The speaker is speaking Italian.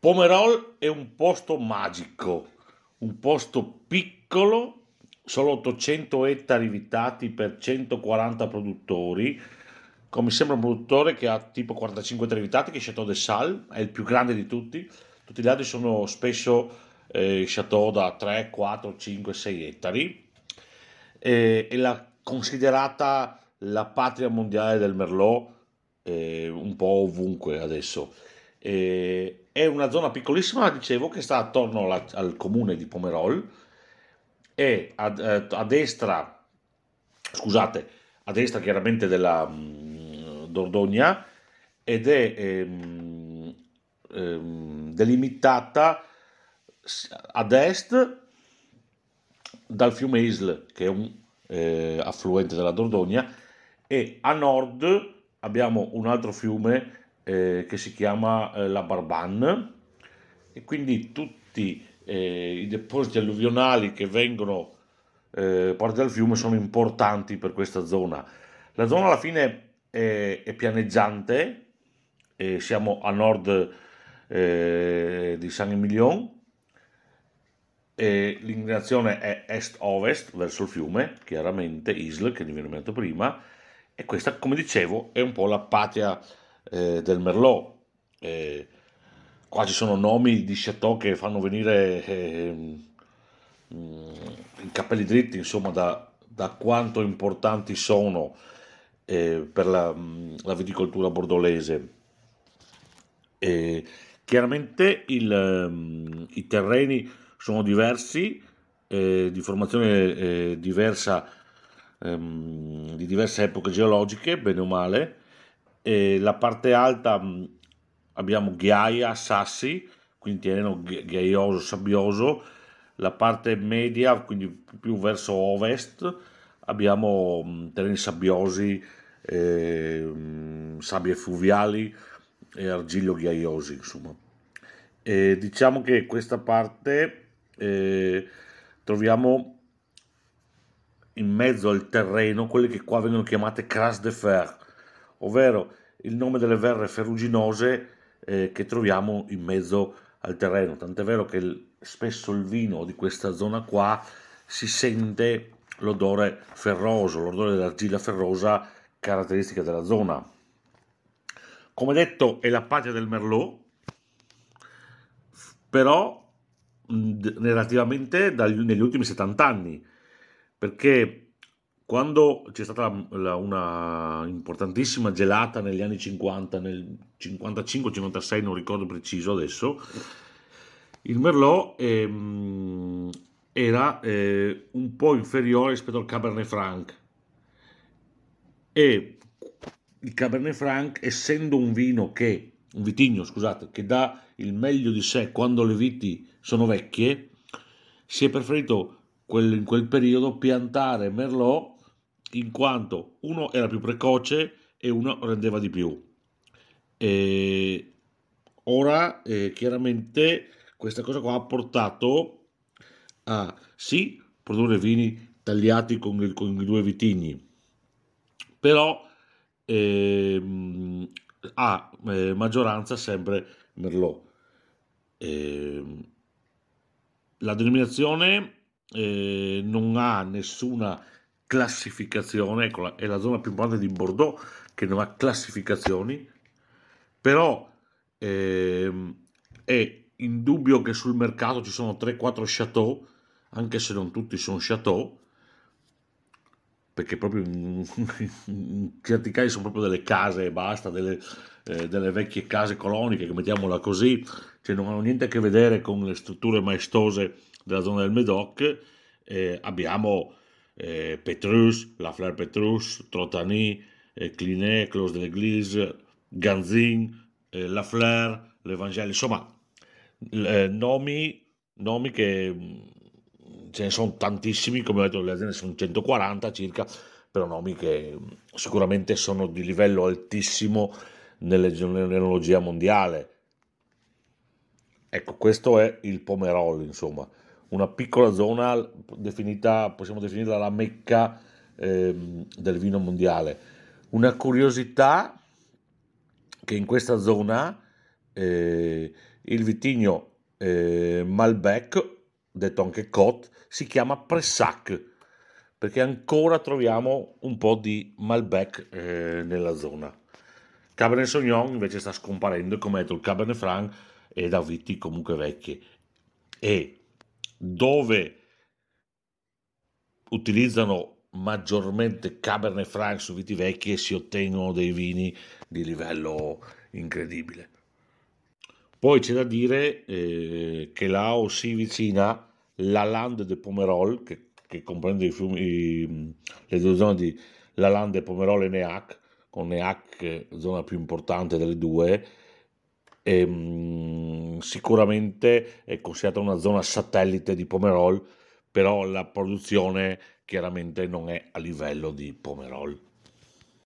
Pomerol è un posto magico, un posto piccolo, solo 800 ettari vitati per 140 produttori. Come mi sembra un produttore che ha tipo 45 ettari vitati, che è Chateau de Sal, è il più grande di tutti. Tutti gli altri sono spesso chateau da 3, 4, 5, 6 ettari. È considerata la patria mondiale del Merlot, un po' ovunque adesso. È una zona piccolissima, dicevo, che sta attorno al comune di Pomerol e a destra, scusate, a destra chiaramente della Dordogne, ed è delimitata ad est dal fiume Isle, che è un affluente della Dordogne, e a nord abbiamo un altro fiume che si chiama la Barbanne, e quindi tutti i depositi alluvionali che vengono parte dal fiume sono importanti per questa zona. La zona alla fine è pianeggiante, siamo a nord di Saint-Émilion e l'inclinazione è est-ovest verso il fiume, chiaramente Isle, che mi viene detto prima, e questa, come dicevo, è un po' la patria del Merlot. Qua ci sono nomi di chateau che fanno venire i capelli dritti, insomma, da quanto importanti sono per la viticoltura bordolese. Chiaramente i terreni sono diversi, di formazione diversa, di diverse epoche geologiche, bene o male. La parte alta abbiamo ghiaia, sassi, quindi terreno ghiaioso, sabbioso. La parte media, quindi più verso ovest, abbiamo terreni sabbiosi, sabbie fluviali e argiglio-ghiaiosi, insomma. Diciamo che questa parte troviamo in mezzo al terreno quelle che qua vengono chiamate crasse de fer, ovvero il nome delle verre ferruginose che troviamo in mezzo al terreno. Tant'è vero che spesso il vino di questa zona qua si sente l'odore ferroso, l'odore dell'argilla ferrosa caratteristica della zona. Come detto, è la patria del Merlot, però relativamente negli ultimi 70 anni, perché quando c'è stata una importantissima gelata negli anni 50, nel 55-56, non ricordo preciso adesso, il Merlot era un po' inferiore rispetto al Cabernet Franc, e il Cabernet Franc, essendo un vitigno, scusate, che dà il meglio di sé quando le viti sono vecchie, si è preferito in quel periodo piantare Merlot, in quanto uno era più precoce e uno rendeva di più. E ora chiaramente questa cosa qua ha portato a sì produrre vini tagliati con i due vitigni, però a maggioranza sempre Merlot. Ehm, la denominazione non ha nessuna classificazione, ecco, è la zona più importante di Bordeaux che non ha classificazioni, però è indubbio che sul mercato ci sono 3-4 chateau, anche se non tutti sono chateau, perché proprio in certi casi sono proprio delle case e basta, delle vecchie case coloniche, che mettiamola così, cioè non hanno niente a che vedere con le strutture maestose della zona del Médoc. Abbiamo Petrus, La Fleur Petrus, Trotany, Clinet, Clos de l'Église, Ganzin, La Fleur, l'Evangile, insomma, nomi che ce ne sono tantissimi, come ho detto, le aziende sono 140 circa, però nomi che sicuramente sono di livello altissimo nell'enologia mondiale. Ecco, questo è il Pomerol, insomma, una piccola zona definita, possiamo definirla la Mecca del vino mondiale. Una curiosità che in questa zona il vitigno Malbec, detto anche Cot, si chiama Pressac, perché ancora troviamo un po' di Malbec nella zona. Cabernet Sauvignon invece sta scomparendo, come detto il Cabernet Franc è da viti comunque vecchie. E dove utilizzano maggiormente Cabernet Franc su viti vecchi e si ottengono dei vini di livello incredibile. Poi c'è da dire che là si vicina la Lande de Pomerol, che comprende le due zone di La Lande, Pomerol e Neac, con Neac zona più importante delle due, e, sicuramente è considerata una zona satellite di Pomerol, però la produzione chiaramente non è a livello di Pomerol.